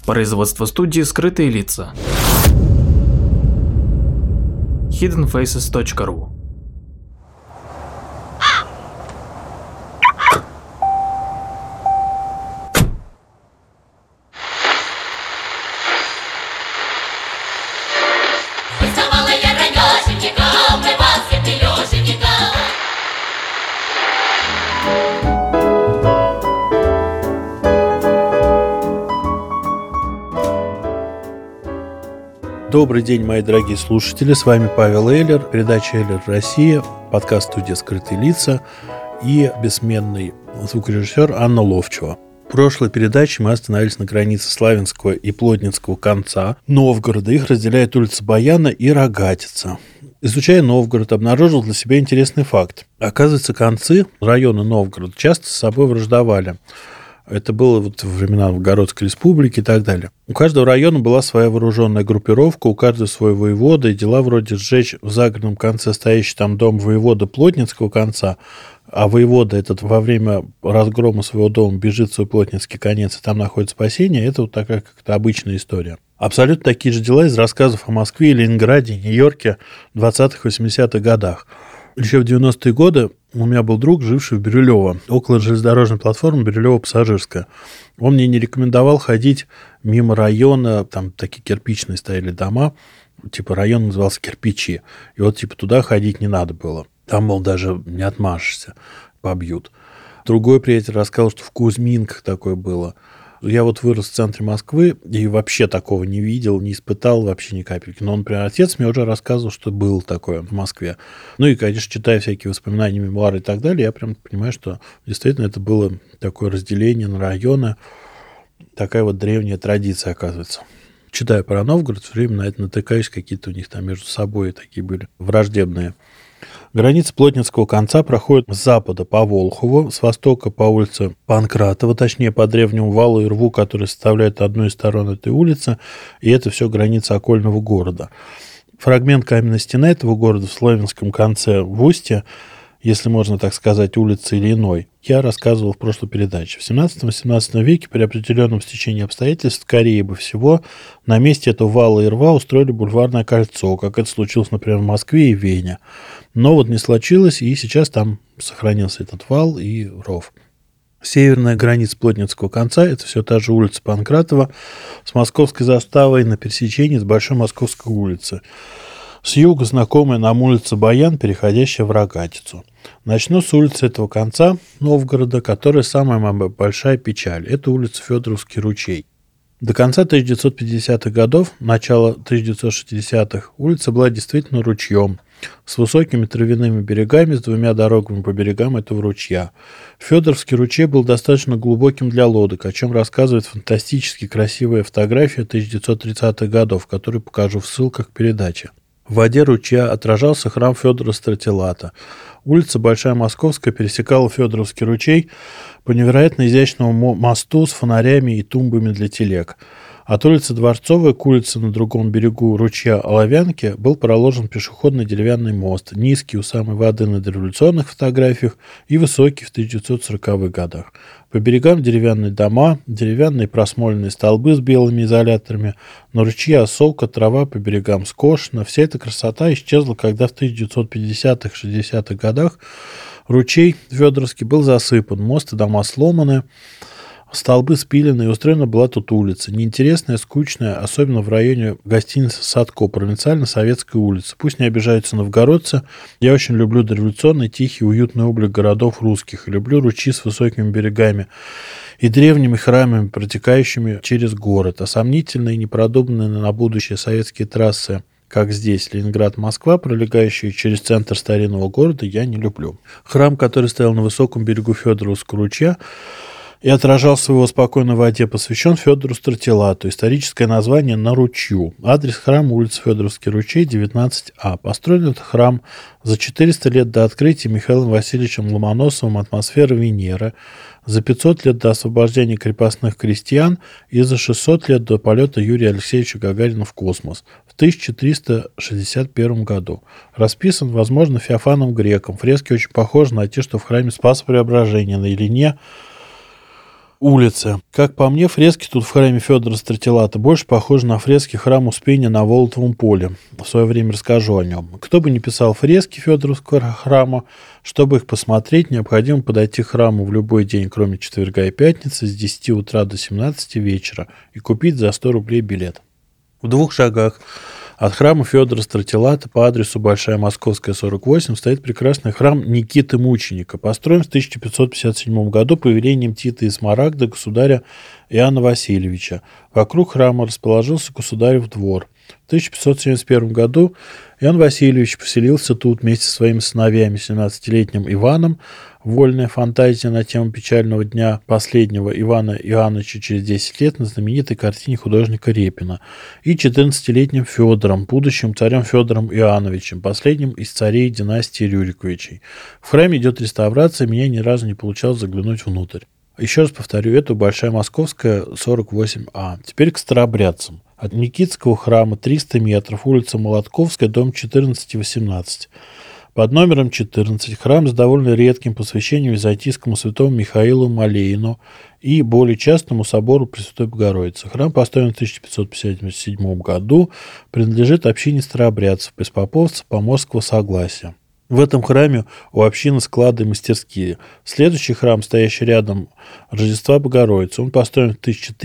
Производство студии «Скрытые лица». hiddenfaces.ru. Добрый день, мои дорогие слушатели, с вами Павел Эйлер, передача «Эйлер Россия», подкаст студии «Скрытые лица» и бессменный звукорежиссер Анна Ловчева. В прошлой передаче мы остановились на границе Славянского и Плотницкого конца Новгорода. Их разделяет улица Баяна и Рогатица. Изучая Новгород, обнаружил для себя интересный факт. Оказывается, концы района Новгорода часто с собой враждовали. Это было во времена Новгородской республики и так далее. У каждого района была своя вооруженная группировка, у каждого свой воевода, и дела вроде сжечь в загородном конце стоящий там дом воевода Плотницкого конца, а воевода этот во время разгрома своего дома бежит в свой Плотницкий конец, и там находит спасение, это вот такая как-то обычная история. Абсолютно такие же дела из рассказов о Москве, Ленинграде, Нью-Йорке в 20-х, 80-х годах. Еще в 90-е годы у меня был друг, живший в Бирюлево, около железнодорожной платформы Бирюлево-Пассажирская. Он мне не рекомендовал ходить мимо района, там такие кирпичные стояли дома, типа район назывался Кирпичи, и вот типа туда ходить не надо было. Там, мол, даже не отмашешься, побьют. Другой приятель рассказал, что в Кузьминках такое было. Я вот вырос в центре Москвы и вообще такого не видел, не испытал вообще ни капельки. Но, например, отец мне уже рассказывал, что было такое в Москве. Ну и, конечно, читая всякие воспоминания, мемуары и так далее, я прям понимаю, что действительно это было такое разделение на районы. Такая вот древняя традиция, оказывается. Читая про Новгород, все время на это натыкаюсь, какие-то у них там между собой такие были враждебные. Граница Плотницкого конца проходит с запада по Волхову, с востока по улице Панкратова, точнее по древнему валу и рву, который составляет одну из сторон этой улицы, и это все граница окольного города. Фрагмент каменной стены этого города в Славянском конце в устье, если можно так сказать, улицы или иной, я рассказывал в прошлой передаче. В 17-18 веке при определенном стечении обстоятельств, скорее бы всего, на месте этого вала и рва устроили бульварное кольцо, как это случилось, например, в Москве и Вене. Но вот не случилось, и сейчас там сохранился этот вал и ров. Северная граница Плотницкого конца – это все та же улица Панкратова с московской заставой на пересечении с Большой Московской улицы. С юга знакомая нам улица Баян, переходящая в Рогатицу. Начну с улицы этого конца Новгорода, которая самая моя большая печаль. Это улица Федоровский ручей. До конца 1950-х годов, начала 1960-х, улица была действительно ручьем, с высокими травяными берегами, с двумя дорогами по берегам этого ручья. Федоровский ручей был достаточно глубоким для лодок, о чем рассказывает фантастически красивая фотография 1930-х годов, которую покажу в ссылках к передаче. В воде ручья отражался храм Федора Стратилата. Улица Большая Московская пересекала Федоровский ручей по невероятно изящному мосту с фонарями и тумбами для телег. От улицы Дворцовой к улице на другом берегу ручья Оловянки был проложен пешеходный деревянный мост, низкий у самой воды на дореволюционных фотографиях и высокий в 1940-х годах. По берегам деревянные дома, деревянные просмоленные столбы с белыми изоляторами, на ручье осока, трава по берегам скошена. Вся эта красота исчезла, когда в 1950-х, 60-х годах ручей Федоровский был засыпан, мост и дома сломаны, столбы спилены, и устроена была тут улица. Неинтересная, скучная, особенно в районе гостиницы «Садко», провинциально-советской улицы. Пусть не обижаются новгородцы. Я очень люблю дореволюционный, тихий, уютный облик городов русских. И люблю ручьи с высокими берегами и древними храмами, протекающими через город. А сомнительные и непродуманные на будущее советские трассы, как здесь, Ленинград-Москва, пролегающие через центр старинного города, я не люблю. Храм, который стоял на высоком берегу Федоровского ручья, и отражался в его спокойной воде, посвящен Федору Стратилату. Историческое название «На ручью». Адрес храма улица Федоровский ручей, 19А. Построен этот храм за 400 лет до открытия Михаилом Васильевичем Ломоносовым атмосферы Венеры, за 500 лет до освобождения крепостных крестьян и за 600 лет до полета Юрия Алексеевича Гагарина в космос в 1361 году. Расписан, возможно, Феофаном Греком. Фрески очень похожи на те, что в храме Спаса Преображения на Елене улицы. Как по мне, фрески тут в храме Федора Стратилата больше похожи на фрески храма Успения на Волотовом поле. В свое время расскажу о нем. Кто бы ни писал фрески Федоровского храма, чтобы их посмотреть, необходимо подойти к храму в любой день, кроме четверга и пятницы, с 10 утра до 17 вечера и купить за 100 рублей билет. В 2 шагах от храма Федора Стратилата по адресу Большая Московская, 48, стоит прекрасный храм Никиты Мученика, построен в 1557 году по велениям Тита и Смарагда государя Иоанна Васильевича. Вокруг храма расположился государев двор. В 1571 году Иоанн Васильевич поселился тут вместе со своими сыновьями, 17-летним Иваном. Вольная фантазия на тему печального дня последнего Ивана Иоанновича через 10 лет на знаменитой картине художника Репина, и 14-летним Федором, будущим царем Федором Иоанновичем, последним из царей династии Рюриковичей. В храме идет реставрация, меня ни разу не получалось заглянуть внутрь. Еще раз повторю, это Большая Московская, 48А. Теперь к старообрядцам. От Никитского храма 300 метров, улица Молотковская, дом 14-18. Под номером 14 храм с довольно редким посвящением византийскому святому Михаилу Малеину и более частному собору Пресвятой Богородицы. Храм построен в 1557 году, принадлежит общине старообрядцев, беспоповцев Поморского согласия. В этом храме у общины склады и мастерские. Следующий храм, стоящий рядом, Рождества Богородицы. Он построен в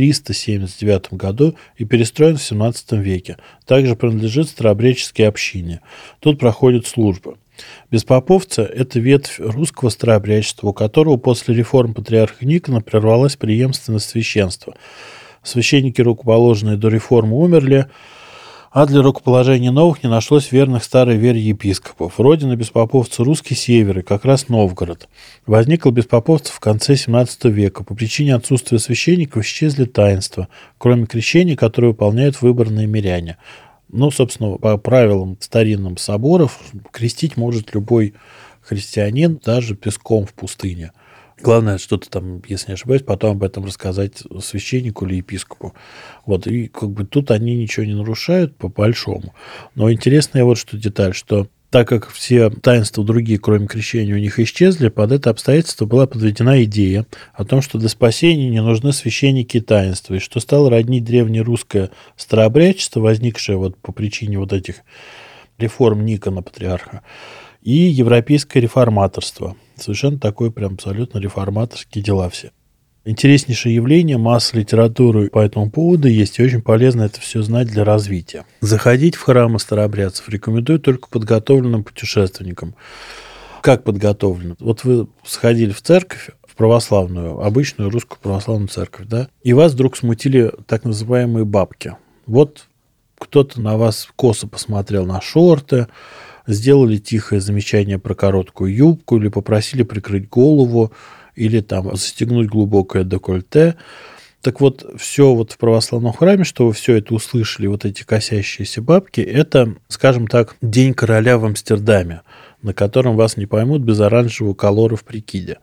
1379 году и перестроен в 17 веке. Также принадлежит старообрядческой общине. Тут проходят службы. Беспоповцы – это ветвь русского старообрядчества, у которого после реформ патриарха Никона прервалась преемственность священства. Священники, рукоположенные до реформы, умерли, а для рукоположения новых не нашлось верных старой вере епископов. Родина беспоповцев – русский север, и как раз Новгород. Возникло беспоповство в конце XVII века. По причине отсутствия священников исчезли таинства, кроме крещения, которые выполняют выборные миряне. Ну, собственно, по правилам старинным соборов крестить может любой христианин, даже песком в пустыне. Главное, что-то там, если не ошибаюсь, потом об этом рассказать священнику или епископу. Вот, и как бы тут они ничего не нарушают по-большому. Но интересная вот что деталь, что так как все таинства другие, кроме крещения, у них исчезли, под это обстоятельство была подведена идея о том, что для спасения не нужны священники и таинства, и что стало роднить древнерусское старообрядчество, возникшее вот по причине вот этих реформ Никона, патриарха, и европейское реформаторство. Совершенно такое прям абсолютно реформаторские дела все. Интереснейшее явление, масса литературы по этому поводу есть, и очень полезно это все знать для развития. Заходить в храмы старообрядцев рекомендую только подготовленным путешественникам. Как подготовленным? Вот вы сходили в церковь, в православную, обычную русскую православную церковь, да, и вас вдруг смутили так называемые бабки. Вот кто-то на вас косо посмотрел на шорты, сделали тихое замечание про короткую юбку или попросили прикрыть голову, или там застегнуть глубокое декольте. Так вот, все вот в православном храме, что вы все это услышали, вот эти косящиеся бабки, это, скажем так, День короля в Амстердаме, на котором вас не поймут без оранжевого колора в прикиде.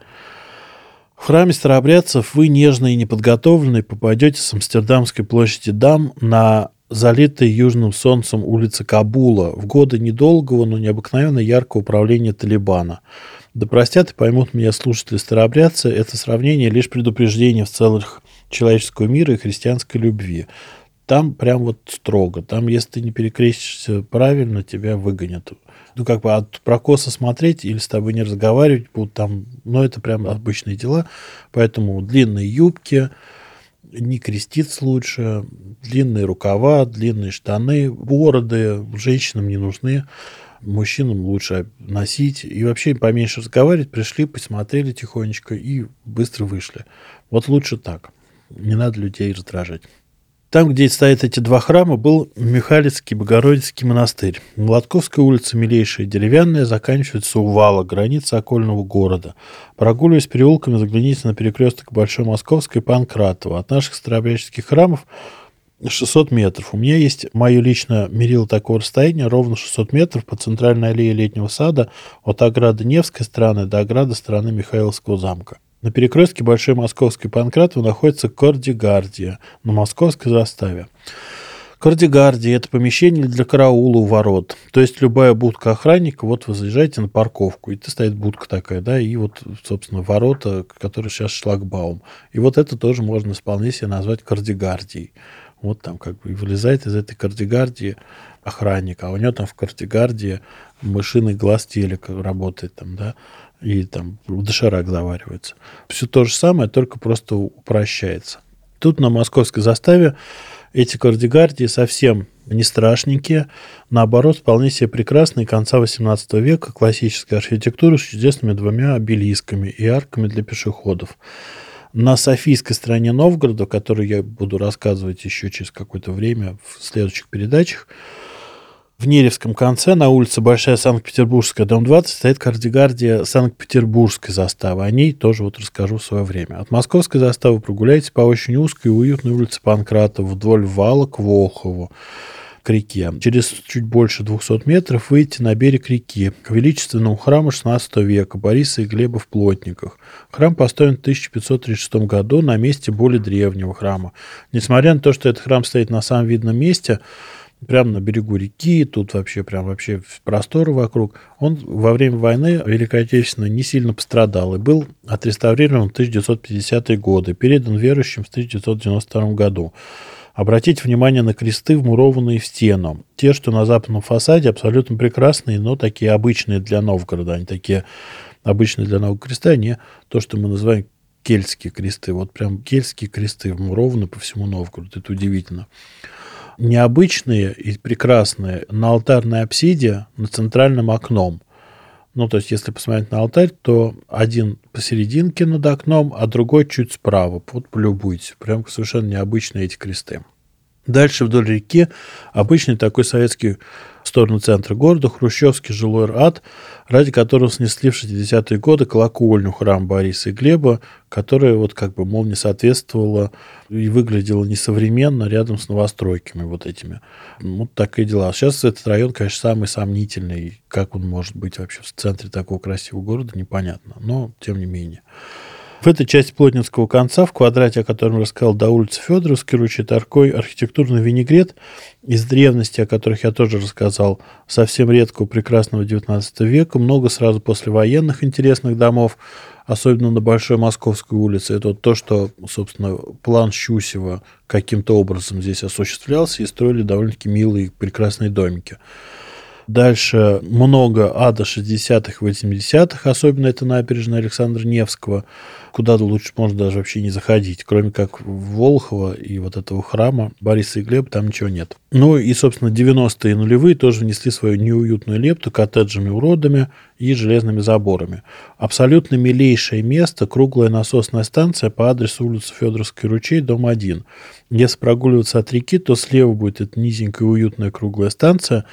В храме старообрядцев вы, нежные и неподготовленные, попадете с Амстердамской площади Дам на залитой южным солнцем улицы Кабула в годы недолгого, но необыкновенно яркого правления Талибана. Да простят и поймут меня слушатели старообрядцы, это сравнение лишь предупреждение в целых человеческого мира и христианской любви. Там прям вот строго. Там, если ты не перекрестишься правильно, тебя выгонят. Ну, как бы от прокоса смотреть или с тобой не разговаривать будут там, ну, это прям обычные дела. Поэтому длинные юбки, не креститься лучше, длинные рукава, длинные штаны, бороды женщинам не нужны. Мужчинам лучше носить. И вообще поменьше разговаривать. Пришли, посмотрели тихонечко и быстро вышли. Вот лучше так. Не надо людей раздражать. Там, где стоят эти два храма, был Михайловский Богородицкий монастырь. Молотковская улица, милейшая, деревянная, заканчивается у вала, граница окольного города. Прогуливаясь переулками, загляните на перекресток Большой Московской и Панкратова. От наших старообрядческих храмов 600 метров. У меня есть мое личное мерило такого расстояния, ровно 600 метров по центральной аллее Летнего сада от ограды Невской стороны до ограды стороны Михайловского замка. На перекрестке Большой Московской и Панкратова находится Корди-Гардия на московской заставе. Кардигардия – это помещение для караула у ворот. То есть любая будка охранника, вот вы заезжаете на парковку, и стоит будка такая, да, и вот, собственно, ворота, которые сейчас шлагбаум. И вот это тоже можно вполне себе назвать кардигардией. Вот там как бы и вылезает из этой кардигардии охранник, а у него там в кардигардии мышиный глаз телека работает там, да, и там доширак заваривается. Все то же самое, только просто упрощается. Тут на московской заставе эти кардигардии совсем не страшненькие, наоборот, вполне себе прекрасные конца XVIII века классической архитектуры с чудесными двумя обелисками и арками для пешеходов. На Софийской стороне Новгорода, о которой я буду рассказывать еще через какое-то время в следующих передачах, в Неревском конце на улице Большая Санкт-Петербургская, дом 20, стоит кардигардия Санкт-Петербургской заставы. О ней тоже вот расскажу в свое время. От Московской заставы прогуляйтесь по очень узкой и уютной улице Панкратова вдоль вала к Волхову, к реке. Через чуть больше 200 метров выйдете на берег реки, к величественному храму XVI века Бориса и Глеба в Плотниках. Храм построен в 1536 году на месте более древнего храма. Несмотря на то, что этот храм стоит на самом видном месте, прямо на берегу реки, тут вообще простор вокруг. Он во время войны Великой Отечественной не сильно пострадал и был отреставрирован в 1950-е годы, передан верующим в 1992 году. Обратите внимание на кресты, вмурованные в стену. Те, что на западном фасаде, абсолютно прекрасные, но такие обычные для Новгорода. Они такие обычные для Нового креста, не то, что мы называем кельтские кресты. Вот прям кельтские кресты вмурованы по всему Новгороду. Это удивительно. Необычные и прекрасные на алтарной апсиде над центральным окном. Ну, то есть, если посмотреть на алтарь, то один посерединке над окном, а другой чуть справа. Вот полюбуйтесь. Прям совершенно необычные эти кресты. Дальше вдоль реки обычный такой советский в сторону центра города хрущевский жилой ад, ради которого снесли в 60-е годы колокольню храма Бориса и Глеба, которая вот как бы, мол, не соответствовала и выглядела несовременно рядом с новостройками вот этими. Вот такие дела. Сейчас этот район, конечно, самый сомнительный. Как он может быть вообще в центре такого красивого города, непонятно. Но, тем не менее. В этой части Плотницкого конца, в квадрате, о котором рассказал, до улицы Федоровской, ручей Таркой, архитектурный винегрет из древности, о которых я тоже рассказал, совсем редкого, прекрасного XIX века, много сразу послевоенных интересных домов, особенно на Большой Московской улице. Это вот то, что, собственно, план Щусева каким-то образом здесь осуществлялся, и строили довольно-таки милые, прекрасные домики. Дальше много ада 60-х и 80-х, особенно это набережная Александра Невского, куда лучше можно даже вообще не заходить, кроме как Волхова и вот этого храма Бориса и Глеба, там ничего нет. Ну и, собственно, 90-е и нулевые тоже внесли свою неуютную лепту коттеджами-уродами и железными заборами. Абсолютно милейшее место — круглая насосная станция по адресу улица Федоровский ручей, дом 1. Если прогуливаться от реки, то слева будет эта низенькая уютная круглая станция.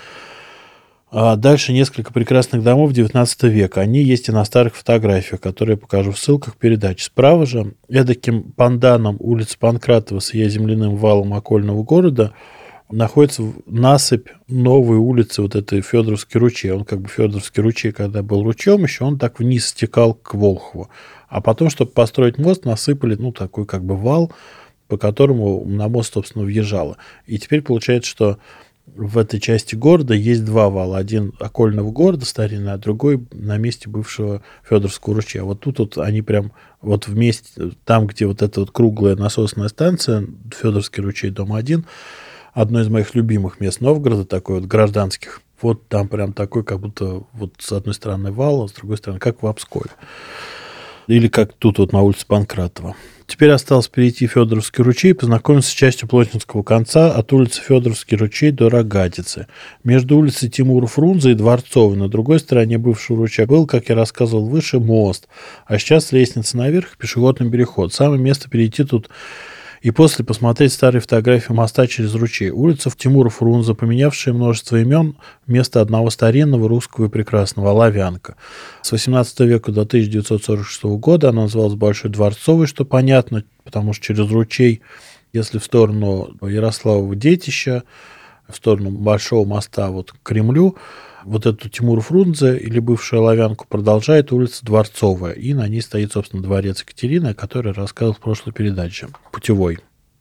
А дальше несколько прекрасных домов XIX века. Они есть и на старых фотографиях, которые я покажу в ссылках передачи. Справа же, эдаким панданом улицы Панкратова с ее земляным валом окольного города, находится насыпь новой улицы, вот этой Федоровский ручей. Он как бы Федоровский ручей, когда был ручьем еще, он так вниз стекал к Волхову. А потом, чтобы построить мост, насыпали, такой как бы вал, по которому на мост, собственно, въезжало. И теперь получается, что в этой части города есть два вала. Один окольного города старинный, а другой на месте бывшего Федоровского ручья. Вот тут вот они прям вот вместе, там, где вот эта вот круглая насосная станция, Федоровский ручей, дом 1, одно из моих любимых мест Новгорода, такой вот гражданских. Вот там прям такой, как будто вот с одной стороны вал, а с другой стороны, как в Обскове. Или как тут вот на улице Панкратова. Теперь осталось перейти Федоровский ручей и познакомиться с частью Плотницкого конца от улицы Федоровский ручей до Рогатицы. Между улицей Тимура Фрунзе и Дворцовой на другой стороне бывшего ручья был, как я рассказывал выше, мост. А сейчас лестница наверх, пешеходный переход. Самое место перейти тут и после посмотреть старые фотографии моста через ручей. Улица Тимура Фрунзе, поменявшая множество имен, вместо одного старинного, русского и прекрасного — Оловянка. С 18 века до 1946 года она называлась Большой Дворцовой, что понятно, потому что через ручей, если в сторону Ярославова детища, в сторону Большого моста вот к Кремлю, вот эту Тимура Фрунзе или бывшую Оловянку продолжает улица Дворцовая, и на ней стоит, собственно, дворец Екатерины, о которой я рассказывал в прошлой передаче, путевой.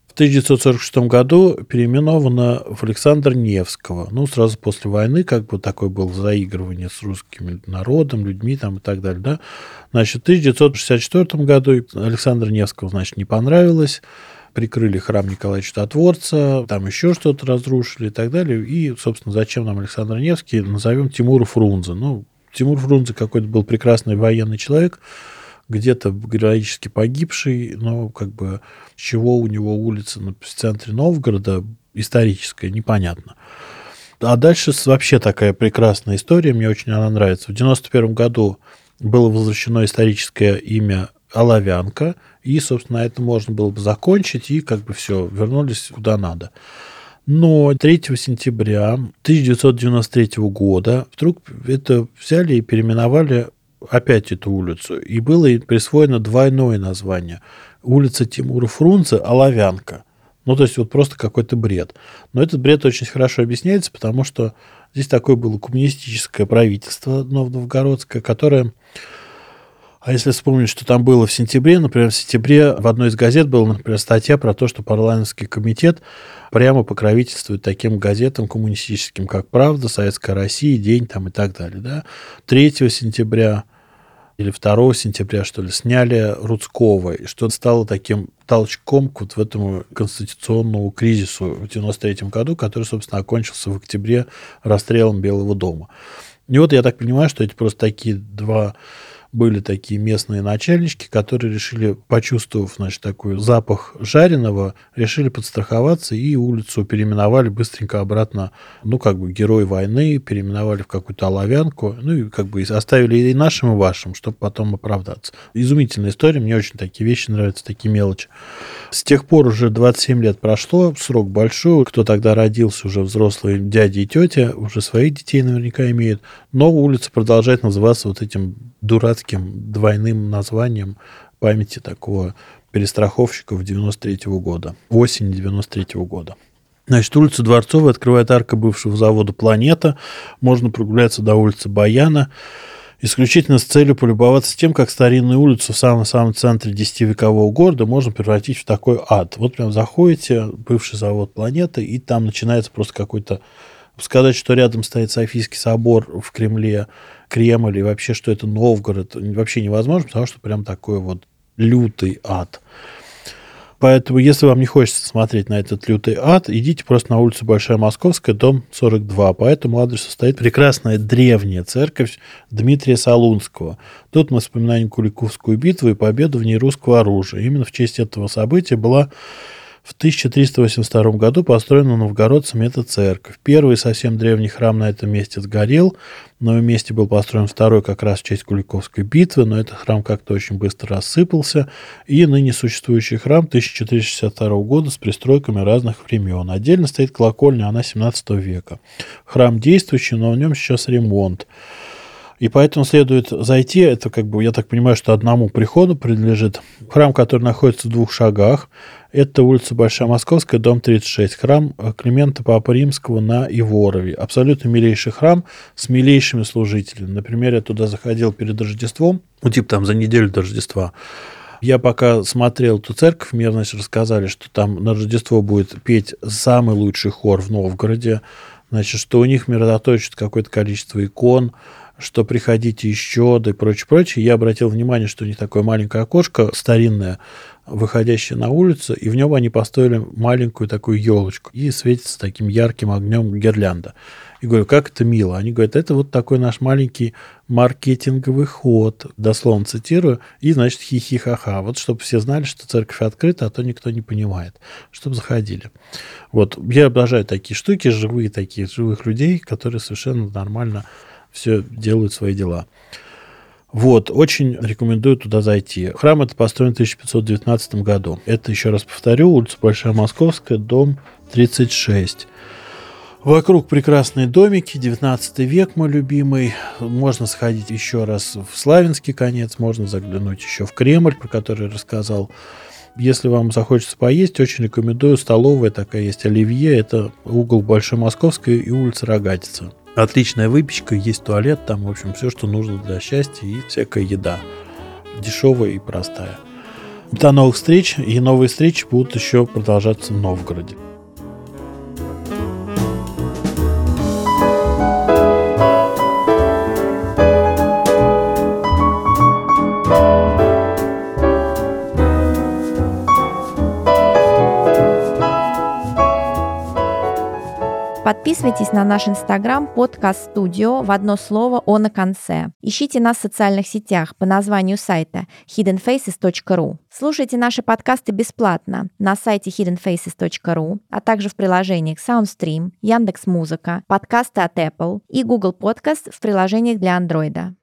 В 1946 году переименована в Александра Невского. Сразу после войны, такое было заигрывание с русским народом, людьми там и так далее, да. Значит, в 1964 году Александра Невского, не понравилось. Прикрыли храм Николая Чудотворца, там еще что-то разрушили и так далее. И, собственно, зачем нам Александр Невский? Назовем Тимура Фрунзе. Тимур Фрунзе какой-то был прекрасный военный человек, где-то героически погибший, но с чего у него улица в центре Новгорода историческая, непонятно. А дальше вообще такая прекрасная история, мне очень она нравится. В 1991 году было возвращено историческое имя Оловянка, и, собственно, на этом можно было бы закончить, и все, вернулись куда надо. Но 3 сентября 1993 года вдруг это взяли и переименовали опять эту улицу, и было присвоено двойное название. Улица Тимура Фрунзе Оловянка. То есть просто какой-то бред. Но этот бред очень хорошо объясняется, потому что здесь такое было коммунистическое правительство новгородское, которое... А если вспомнить, что там было в сентябре, например, в сентябре в одной из газет была, например, статья про то, что парламентский комитет прямо покровительствует таким газетам коммунистическим, как «Правда», «Советская Россия», «День» там и так далее. Да? 3 сентября или 2 сентября, что ли, сняли Рудского, и что стало таким толчком к этому конституционному кризису в 1993 году, который, собственно, окончился в октябре расстрелом Белого дома. И я так понимаю, что эти просто были такие местные начальнички, которые решили, почувствовав, такой запах жареного, решили подстраховаться и улицу переименовали быстренько обратно, герой войны, переименовали в какую-то Оловянку, и оставили и нашим, и вашим, чтобы потом оправдаться. Изумительная история, мне очень такие вещи нравятся, такие мелочи. С тех пор уже 27 лет прошло, срок большой, кто тогда родился, уже взрослые дяди и тетя, уже своих детей наверняка имеют, но улица продолжает называться этим дурацким двойным названием памяти такого перестраховщика 93-го года, осени 93-го года. Значит, улицу Дворцовую открывает арка бывшего завода «Планета». Можно прогуляться до улицы Баяна, исключительно с целью полюбоваться тем, как старинную улицу в самом-самом центре 10-векового города можно превратить в такой ад. Прям заходите, бывший завод «Планета», и там начинается просто какой-то... Сказать, что рядом стоит Софийский собор в Кремле, Кремль, и вообще, что это Новгород, вообще невозможно, потому что прям такой лютый ад. Поэтому, если вам не хочется смотреть на этот лютый ад, идите просто на улицу Большая Московская, дом 42. По этому адресу стоит прекрасная древняя церковь Дмитрия Солунского. Тут мы вспоминаем Куликовскую битву и победу в ней русского оружия. Именно в честь этого события была в 1382 году построена новгородцами эта церковь. Первый совсем древний храм на этом месте сгорел. На новом месте был построен второй как раз в честь Куликовской битвы, но этот храм как-то очень быстро рассыпался. И ныне существующий храм 1462 года с пристройками разных времен. Отдельно стоит колокольня, она 17 века. Храм действующий, но в нем сейчас ремонт. И поэтому следует зайти, это я так понимаю, что одному приходу принадлежит храм, который находится в 2 шагах. Это улица Большая Московская, дом 36, храм Климента Папы Римского на Иворове. Абсолютно милейший храм с милейшими служителями. Например, я туда заходил перед Рождеством, за неделю до Рождества. Я пока смотрел эту церковь, мне, рассказали, что там на Рождество будет петь самый лучший хор в Новгороде, что у них мироточит какое-то количество икон, что приходите еще, да и прочее. Я обратил внимание, что у них такое маленькое окошко старинное, выходящее на улицу, и в нем они поставили маленькую такую елочку, и светится таким ярким огнем гирлянда. И говорю, как это мило. Они говорят, это такой наш маленький маркетинговый ход, дословно цитирую, и, хихи-ха-ха. Чтобы все знали, что церковь открыта, а то никто не понимает, чтобы заходили. Я обожаю такие штуки, живых людей, которые совершенно нормально все делают свои дела. Очень рекомендую туда зайти. Храм этот построен в 1519 году. Это, еще раз повторю, улица Большая Московская, дом 36. Вокруг прекрасные домики, 19 век мой любимый. Можно сходить еще раз в Славянский конец, можно заглянуть еще в Кремль, про который я рассказал. Если вам захочется поесть, очень рекомендую. Столовая такая есть, оливье. Это угол Большой Московской и улица Рогатица. Отличная выпечка, есть туалет, там, в общем, все, что нужно для счастья и всякая еда. Дешевая и простая. До новых встреч, и новые встречи будут еще продолжаться в Новгороде. Подписывайтесь на наш инстаграм «Подкаст Студио» в одно слово «О» на конце. Ищите нас в социальных сетях по названию сайта hiddenfaces.ru. Слушайте наши подкасты бесплатно на сайте hiddenfaces.ru, а также в приложениях SoundStream, Яндекс.Музыка, подкасты от Apple и Google Podcast в приложениях для Android.